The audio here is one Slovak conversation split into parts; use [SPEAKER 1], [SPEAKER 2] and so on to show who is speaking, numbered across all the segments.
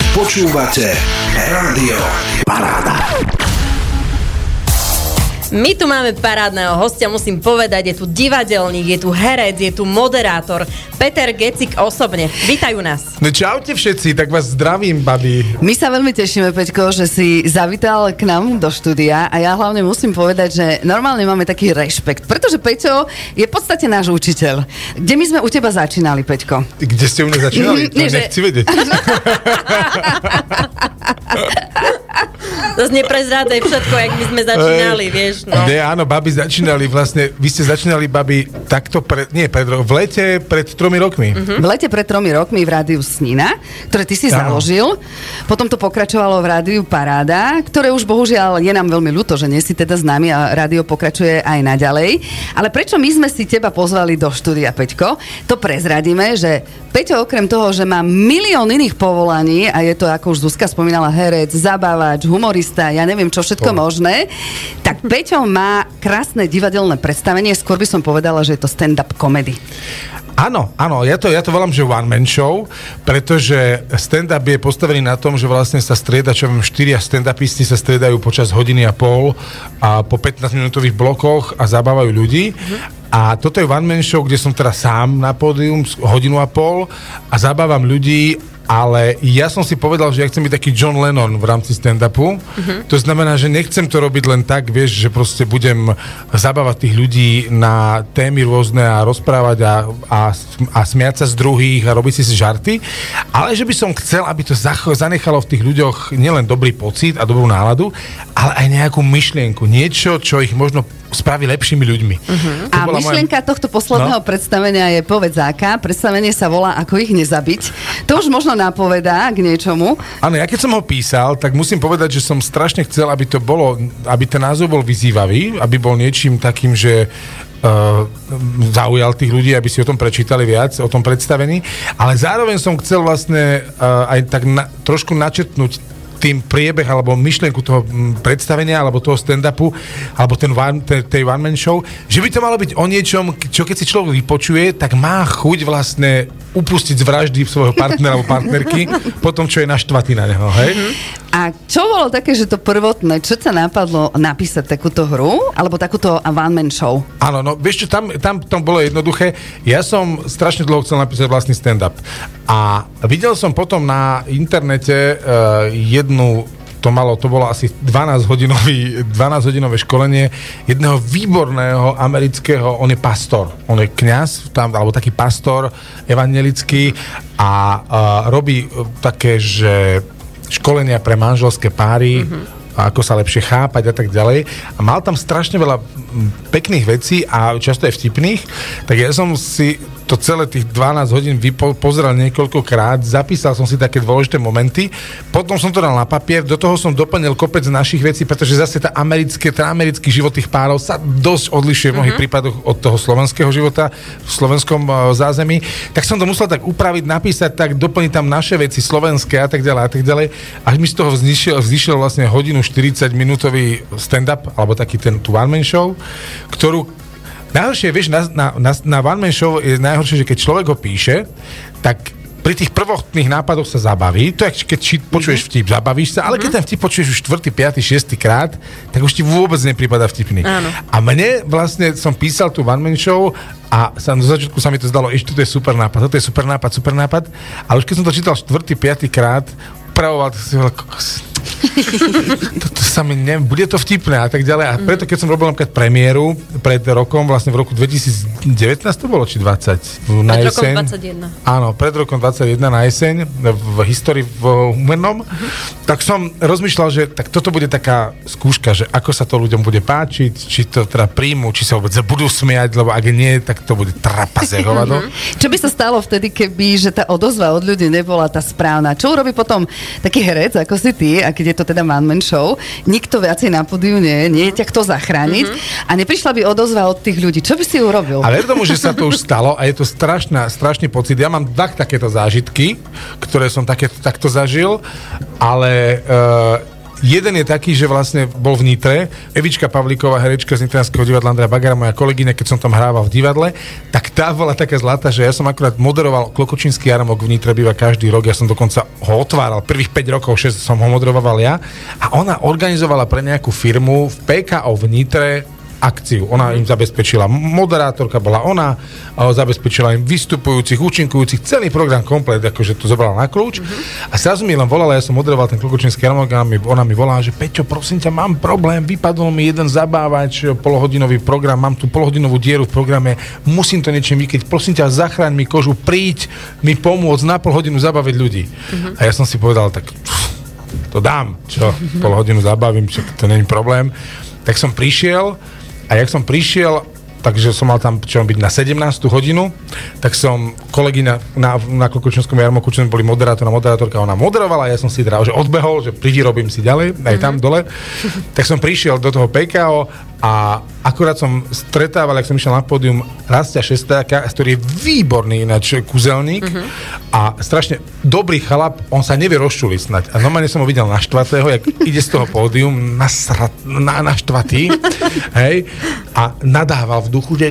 [SPEAKER 1] Počúvate Rádio Paráda.
[SPEAKER 2] My tu máme parádneho hostia, musím povedať, je tu divadelník, je tu herec, je tu moderátor, Peter Gecik osobne. Vítajú nás.
[SPEAKER 3] No čaute všetci, tak vás zdravím, babi.
[SPEAKER 4] My sa veľmi tešíme, Peťko, že si zavítal k nám do štúdia a ja hlavne musím povedať, že normálne máme taký rešpekt, pretože Peťo je v podstate náš učiteľ. Kde my sme u teba začínali, Peťko?
[SPEAKER 3] Kde ste u mňa začínali? To nechci vedieť.
[SPEAKER 2] Zase neprezrádzaj všetko, jak my sme začínali, vieš. No.
[SPEAKER 3] Nie, áno, babi začínali vlastne, vy ste začínali, babi, takto v lete pred 3 rokmi.
[SPEAKER 4] V lete pred 3 rokmi v rádiu Snina, ktoré ty si založil. Potom to pokračovalo v rádiu Paráda, ktoré už bohužiaľ je nám veľmi ľúto, že nie si teda s nami a rádio pokračuje aj naďalej. Ale prečo my sme si teba pozvali do štúdia, Peťko? To prezradíme, že Peťo okrem toho, že má milión iných povolaní a je to, ako už Zuzka spomínala, herec, zabávač, humorista, ja neviem čo všetko možné, tak Peťo má krásne divadelné predstavenie, skôr by som povedala, že je to stand-up comedy.
[SPEAKER 3] Áno, ja to volám, že one man show, pretože stand-up je postavený na tom, že vlastne sa strieda, čo viem, 4 stand-upisti sa striedajú počas hodiny a pol a po 15-minútových blokoch a zabávajú ľudí. A toto je one man show, kde som teda sám na pódium hodinu a pol a zabávam ľudí, ale ja som si povedal, že ja chcem byť taký John Lennon v rámci stand-upu. To znamená, že nechcem to robiť len tak, vieš, že proste budem zabávať tých ľudí na témy rôzne a rozprávať a smiať sa z druhých a robiť si žarty, ale že by som chcel, aby to zanechalo v tých ľuďoch nielen dobrý pocit a dobrú náladu, ale aj nejakú myšlienku, niečo, čo ich možno spraví lepšími ľuďmi.
[SPEAKER 4] A myšlienka tohto posledného predstavenia je povedz aká. Predstavenie sa volá Ako ich nezabiť. To už možno napovedá k niečomu.
[SPEAKER 3] Áno, ja keď som ho písal, tak musím povedať, že som strašne chcel, aby to bolo, aby ten názov bol vyzývavý, aby bol niečím takým, že zaujal tých ľudí, aby si o tom prečítali viac, o tom predstavení, ale zároveň som chcel vlastne aj tak trošku načrtnúť tým priebeh alebo myšlienku toho predstavenia alebo toho stand-upu alebo tej one-man show, že by to malo byť o niečom, čo keď si človek vypočuje, tak má chuť vlastne upustiť z vraždy svojho partnera alebo partnerky po tom, čo je naštvatý na neho, hej?
[SPEAKER 4] A čo bolo také, že to prvotné, čo sa napadlo napísať takúto hru alebo takúto one-man show?
[SPEAKER 3] Áno, no vieš čo, tam bolo jednoduché. Ja som strašne dlho chcel napísať vlastný stand-up. A videl som potom na internete to bolo asi 12-hodinové školenie jedného výborného amerického, on je pastor, on je kňaz, alebo taký pastor evangelický a robí také, že školenia pre manželské páry, ako sa lepšie chápať a tak ďalej. A mal tam strašne veľa pekných vecí a často aj vtipných, tak ja som si to celé tých 12 hodín pozrel niekoľkokrát, zapísal som si také dôležité momenty, potom som to dal na papier, do toho som doplnil kopec našich vecí, pretože zase ten americký život tých párov sa dosť odlišuje v mnohých prípadoch od toho slovenského života v slovenskom zázemí, tak som to musel tak upraviť, napísať tak, doplniť tam naše veci slovenské a tak ďalej, až mi z toho vzýšiel vlastne hodinu 40 minútový stand-up, alebo taký ten one-man show, ktorú najhoršie, vieš, na one-man show je najhoršie, že keď človek ho píše, tak pri tých prvotných nápadoch sa zabaví. To je, keď počuješ vtip, zabavíš sa, ale keď ten vtip počuješ už 4., 5., 6. krát, tak už ti vôbec nepripadá vtipný. Áno. A mne vlastne som písal tú one-man show a do začiatku sa mi to zdalo, toto je super nápad, ale už keď som to čítal 4., 5. krát, upravoval, to si hovoril, toto sa mi bude to vtipné a tak ďalej. A preto, keď som robil napríklad premiéru pred rokom, vlastne v roku 2019 to bolo, či 20? Na jeseň.
[SPEAKER 2] Pred rokom 21.
[SPEAKER 3] Áno, pred rokom 21 na jeseň v histórii v Humennom, tak som rozmýšľal, že tak toto bude taká skúška, že ako sa to ľuďom bude páčiť, či to teda príjmu, či sa vôbec budú smiať, lebo ak nie, tak to bude trapas jak hovado.
[SPEAKER 4] Čo by sa stalo vtedy, keby že tá odozva od ľudí nebola tá správna? Čo urobí potom taký herec, ako si ty, a keď je to teda one-man show, nikto viacej na pódiu nie ťa kto zachrániť a neprišla by odozva od tých ľudí. Čo by si urobil?
[SPEAKER 3] Ale tomu, že sa to už stalo a je to strašný pocit. Ja mám takéto zážitky, ktoré som takto zažil, ale Jeden je taký, že vlastne bol v Nitre. Evička Pavlíková, herečka z Nitranského divadla, Andrea Bagara, moja kolegyňa, keď som tam hrával v divadle, tak tá bola taká zlatá, že ja som akurát moderoval Klokočínsky jarmok v Nitre, býva každý rok. Ja som dokonca ho otváral. Prvých 5 rokov, 6 som ho moderoval ja. A ona organizovala pre nejakú firmu v PKO v Nitre akciu. Ona im zabezpečila, moderátorka bola ona, zabezpečila im vystupujúcich, účinkujúcich, celý program komplet, akože to zobrala na kľúč. A zrazu mi len volala, ja som moderoval ten Klokočínsky jarmok a ona mi volala, že Peťo, prosím ťa, mám problém, vypadol mi jeden zabávač, polhodinový program, mám tu polhodinovú dieru v programe, musím to niečím vykryť, prosím ťa, zachráň mi kožu, príď mi pomôcť na pol hodinu zabaviť ľudí. A ja som si povedal, tak to dám, čo, pol hodinu zabavím, čo, to nie je problém. Tak som prišiel. A jak som prišiel, takže som mal tam čo byť na 17. hodinu, tak som kolegyňa na Klokočínskom jarmoku, čo sme boli moderátor a moderátorka, ona moderovala, ja som si teda že odbehol, že prirobím si ďalej, aj tam dole. Tak som prišiel do toho PKO a akurát som stretával, jak som išiel na pódium, Rastia Šestáka, ktorý je výborný ináč kúzelník a strašne dobrý chlap, on sa nevie rozčuliť snať. A normálne som ho videl naštvatého, jak ide z toho pódium naštvatý, hej, a nadával v duchu, že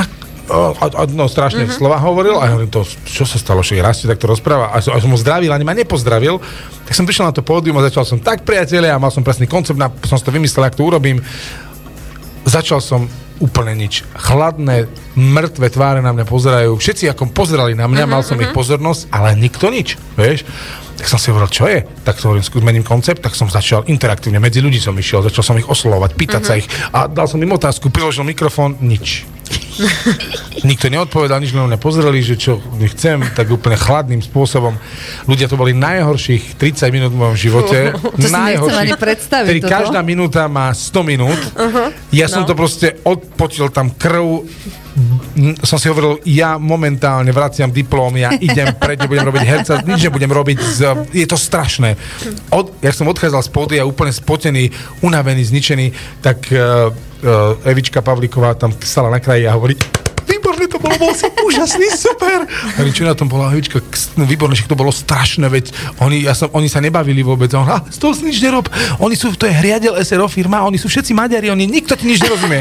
[SPEAKER 3] strašne slova hovoril a ja hovorím, to, čo sa stalo, že Rastie takto rozpráva a som ho zdravil, ani ma nepozdravil, tak som prišiel na to pódium a začal som tak, priatelia, a mal som presný koncept, som si to vymyslel, jak to urobím. Začal som úplne nič. Chladné, mŕtve tváre na mňa pozerajú. Všetci ako pozerali na mňa, mal som ich pozornosť, ale nikto nič, vieš. Tak som si hovoril, čo je? Tak som hovoril, mením koncept, tak som začal interaktívne, medzi ľudí som išiel, začal som ich oslovať, pýtať sa ich a dal som im otázku, priložil mikrofón, nič. Nikto neodpovedal, nič, len mňa pozreli, že čo chcem, tak úplne chladným spôsobom. Ľudia, to boli najhorších 30 minút v mojom živote.
[SPEAKER 4] To si nechcem ani predstaviť.
[SPEAKER 3] Tedy každá minúta má 100 minút. Ja som to proste odpočil tam krv. Som si hovoril, ja momentálne vraciam diplóm, ja idem preč, nebudem robiť herca, nič nebudem robiť, je to strašné. Jak som odchádzal z pódia, úplne spotený, unavený, zničený, tak Evička Pavlíková tam stala na kraji a hovorí, výborné to bol si úžasný, super. A čo na tom bola Evička, výborné, že to bolo strašné, veď oni sa nebavili vôbec. A on, z toho si nič nerob, to je Hriadel SRO firma, oni sú všetci Maďari, nikto ti nič nerozumie.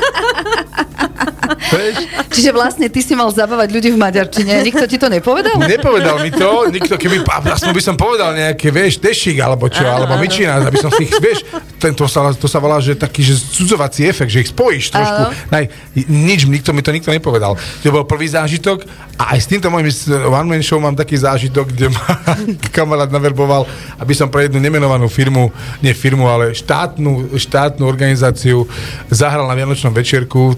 [SPEAKER 4] Čiže vlastne ty si mal zabávať ľudí v maďarčine, nikto ti to nepovedal?
[SPEAKER 3] Nepovedal mi to, nikto, keby aspoň by som povedal nejaké, vieš, Tešik, alebo čo, alebo Myčina, aby som si ich, vieš, to sa volá, že taký, že cudzovací efekt, že ich spojíš trošku. Nikto mi to nepovedal. To bol prvý zážitok a aj s týmto mojím one-man show mám taký zážitok, kde ma kamarát naverboval, aby som pre jednu nemenovanú firmu, ale štátnu organizáciu zahral na vianočnom večierku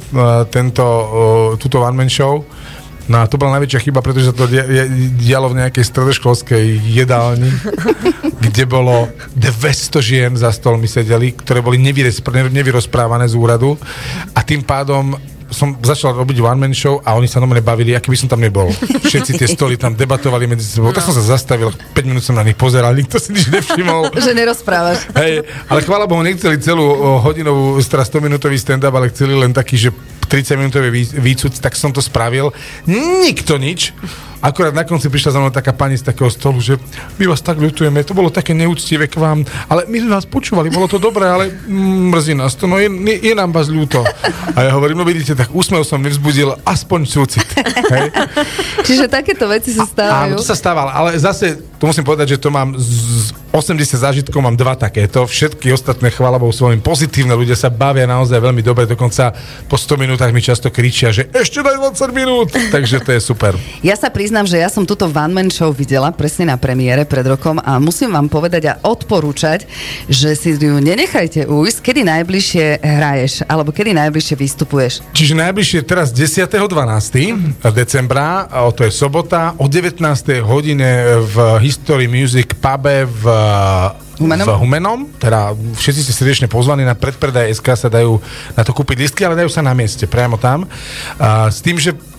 [SPEAKER 3] túto one-man show. No a to bola najväčšia chyba, pretože sa to dialo v nejakej stredoškolskej jedálni, kde bolo 200 žien za stolmi sedeli, ktoré boli nevyrozprávané z úradu a tým pádom som začal robiť one-man show a oni sa normálne bavili, aký by som tam nebol. Všetci tie stoly tam debatovali medzi sebou. Tak som sa zastavil, 5 minút som na nich pozeral, nikto si nič nevšimol.
[SPEAKER 4] Že nerozprávaš.
[SPEAKER 3] Hej, ale chvála Bohu, nechceli celú hodinovú, 100-minútový stand-up, ale chceli len taký, že 30-minútový výcud, tak som to spravil. Nikto nič. Akorát na konci prišla za mnou taká pani z takého stolu, že my vás tak ľutujeme, to bolo také neúctivé k vám, ale my sme vás počúvali, bolo to dobré, ale mrzí nás to, no je nám vás ľúto. A ja hovorím, no vidíte, tak úsmev som nevzbudil, aspoň súcit. Hej?
[SPEAKER 4] Čiže takéto veci sa stávajú.
[SPEAKER 3] Áno, to sa stávalo, ale zase, to musím povedať, že to mám z 80 zážitkov, mám 2 takéto, všetky ostatné, chvála Bohu, svojím pozitívne, ľudia sa bavia naozaj veľmi dobre, dokonca po 100 minútach mi často kričia, že ešte daj 20 minút, takže to je super.
[SPEAKER 4] Ja sa priznám, že ja som túto one-man show videla presne na premiére pred rokom a musím vám povedať a odporúčať, že si ju nenechajte ujsť, kedy najbližšie hraješ, alebo kedy najbližšie vystupuješ.
[SPEAKER 3] Čiže najbližšie teraz 10.12. decembra, to je sobota, o 19. hodine v History Music pube v Humenom, teda všetci ste srdečne pozvaní, na predpredaj.sk sa dajú na to kúpiť listky, ale dajú sa na mieste, priamo tam. S tým, že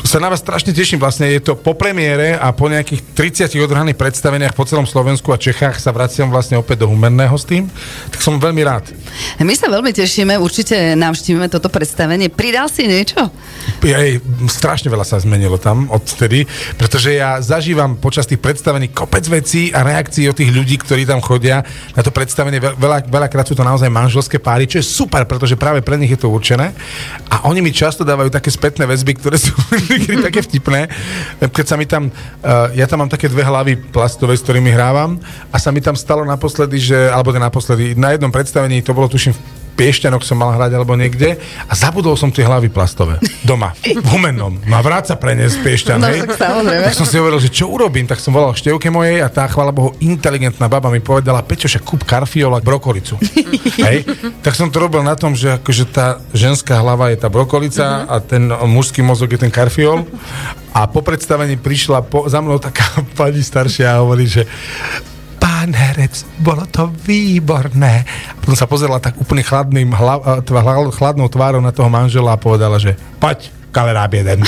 [SPEAKER 3] Sa na vás strašne teším, vlastne je to po premiére a po nejakých 30 odhraných predstaveniach po celom Slovensku a Čechách sa vraciam vlastne opäť do Humenného s tým, tak som veľmi rád.
[SPEAKER 4] My sa veľmi tešíme, určite navštívime toto predstavenie. Pridal si niečo?
[SPEAKER 3] Strašne veľa sa zmenilo tam odtedy, pretože ja zažívam počas tých predstavení kopec vecí a reakcií od tých ľudí, ktorí tam chodia na to predstavenie. Veľakrát sú to naozaj manželské páry, čo je super, pretože práve pre nich je to určené. A oni mi často dávajú také spätné väzby, ktoré sú také vtipné. Keď sa mi tam, ja tam mám také 2 hlavy plastové, s ktorými hrávam a sa mi tam stalo naposledy, na jednom predstavení, to bolo tuším v Piešťanoch som mal hrať alebo niekde a zabudol som tie hlavy plastové doma, v Humennom. No a vráť sa preniesť z Piešťan, hej? Tak som si hovoril, že čo urobím, tak som volal števke mojej a tá, chvála Bohu, inteligentná baba mi povedala, Peťo, však kúp karfiol a brokolicu. Hej? Tak som to robil na tom, že akože tá ženská hlava je tá brokolica a ten mužský mozog je ten karfiol a po predstavení prišla za mnou taká pani staršia a hovorí, že pán herec, bolo to výborné. A potom sa pozerala tak úplne chladnou tvárou na toho manžela a povedala, že poď, kaleráb jeden.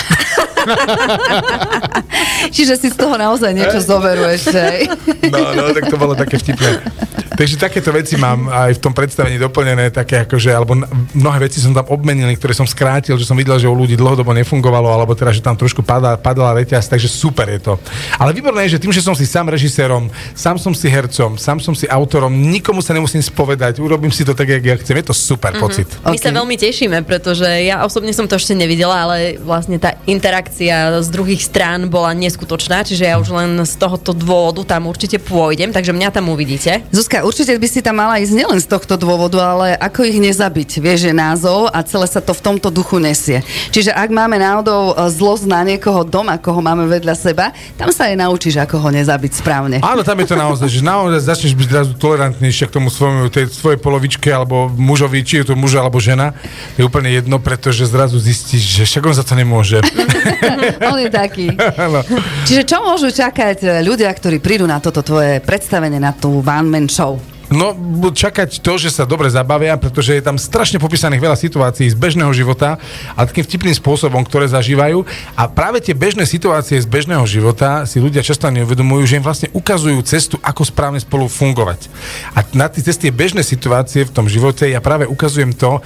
[SPEAKER 4] Čiže si z toho naozaj niečo zoberuješ, že?
[SPEAKER 3] No, tak to bolo také vtipné. Takže takéto veci mám aj v tom predstavení doplnené, také akože, alebo mnohé veci som tam obmenil, ktoré som skrátil, že som videl, že u ľudí dlhodobo nefungovalo, alebo teda, že tam trošku padala reťaz, takže super je to. Ale výborné je, že tým, že som si sám režisérom, sám som si hercom, sám som si autorom, nikomu sa nemusím spovedať, urobím si to tak, jak ja chcem. Je to super pocit.
[SPEAKER 2] My sa veľmi tešíme, pretože ja osobne som to ešte nevidela, ale vlastne tá interakcia z druhých strán bola neskutočná, čiže ja už len z tohoto dôvodu tam určite pôjdem, takže mňa tam uvidíte.
[SPEAKER 4] Zuzka, určite by si tam mala ísť nielen z tohto dôvodu, ale ako ich nezabiť. Vieš, je názov a celé sa to v tomto duchu nesie. Čiže ak máme náhodou zlosť na niekoho doma, koho máme vedľa seba, tam sa aj naučíš, ako ho nezabiť správne.
[SPEAKER 3] Áno, tam je to naozaj, že naozaj začneš byť zrazu tolerantnejšie k tomu tej svojej polovičke alebo mužovi, či je to muž alebo žena. Je úplne jedno, pretože zrazu zistíš, že však on za to nemôže.
[SPEAKER 4] On je taký. No. Čiže čo môžu čakať ľudia, ktorí prídu na toto tvoje predstavenie, na tú One Man Show?
[SPEAKER 3] No, čakať to, že sa dobre zabavia, pretože je tam strašne popísaných veľa situácií z bežného života a takým vtipným spôsobom, ktoré zažívajú. A práve tie bežné situácie z bežného života si ľudia často neuvedomujú, že im vlastne ukazujú cestu, ako správne spolu fungovať. A na cez tie bežné situácie v tom živote ja práve ukazujem to,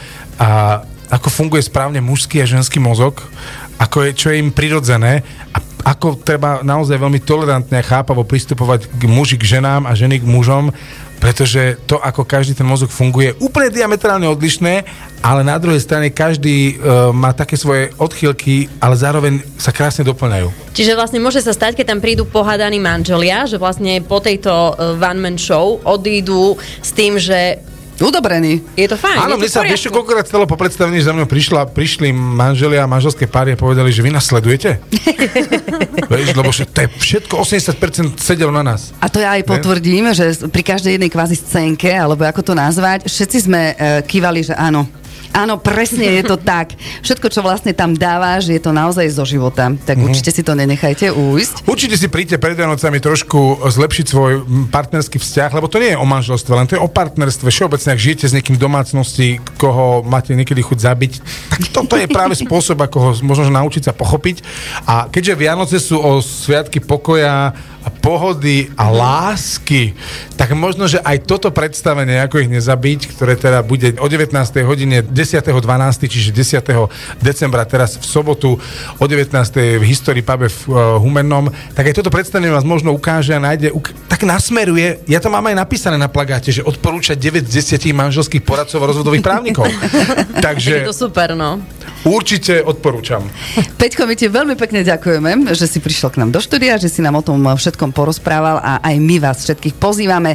[SPEAKER 3] ako funguje správne mužský a ženský mozog, čo je im prirodzené a ako treba naozaj veľmi tolerantne a chápavo pristupovať k muži k ženám a ženy k mužom, pretože to, ako každý ten mozog funguje, je úplne diametrálne odlišné, ale na druhej strane každý má také svoje odchýlky, ale zároveň sa krásne doplňajú.
[SPEAKER 2] Čiže vlastne môže sa stať, keď tam prídu pohádaní manželia, že vlastne po tejto One Man Show odídu s tým, že
[SPEAKER 4] udobrený.
[SPEAKER 2] Je to fajn.
[SPEAKER 3] Áno, mne sa vieš, koľkokrát stalo po predstavení, že za mnou prišli manželia a manželské páry a povedali, že vy nás sledujete. Vieš, lebo to je všetko 80% sedelo na nás.
[SPEAKER 4] A to ja aj potvrdím, že pri každej jednej kvázi scénke, alebo ako to nazvať, všetci sme kývali, že áno. Áno, presne je to tak. Všetko, čo vlastne tam dávaš, je to naozaj zo života. Tak určite si to nenechajte ujsť.
[SPEAKER 3] Určite si príďte pred Vianocami trošku zlepšiť svoj partnerský vzťah, lebo to nie je o manželstve, len to je o partnerstve. Všeobecne, ak žijete s niekým v domácnosti, koho máte niekedy chuť zabiť, tak toto je práve spôsob, ako ho možno naučiť sa pochopiť. A keďže Vianoce sú o sviatky pokoja a pohody a lásky, tak možno, že aj toto predstavenie, ako ich nezabiť, ktoré teda bude o 19. hodine 10.12., čiže 10. decembra, teraz v sobotu o 19. v History pube v Humennom, tak aj toto predstavenie vás možno ukáže a nájde, tak nasmeruje, ja to mám aj napísané na plagáte, že odporúča 9 z 10 manželských poradcov a rozvodových právnikov. Takže
[SPEAKER 2] je to super, no.
[SPEAKER 3] Určite odporúčam.
[SPEAKER 4] Peťko, my ti veľmi pekne ďakujeme, že si prišiel k nám do štúdia, že si nám o tom všetkom porozprával a aj my vás všetkých pozývame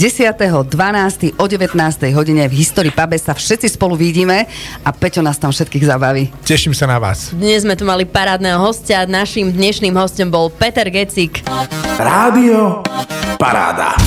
[SPEAKER 4] 10.12. o 19. hodine v History pube sa všetci spolu vidíme a Peťo nás tam všetkých zabaví.
[SPEAKER 3] Teším sa na vás.
[SPEAKER 2] Dnes sme tu mali parádneho hostia. Naším dnešným hostom bol Peter Gecik.
[SPEAKER 1] Rádio Paráda.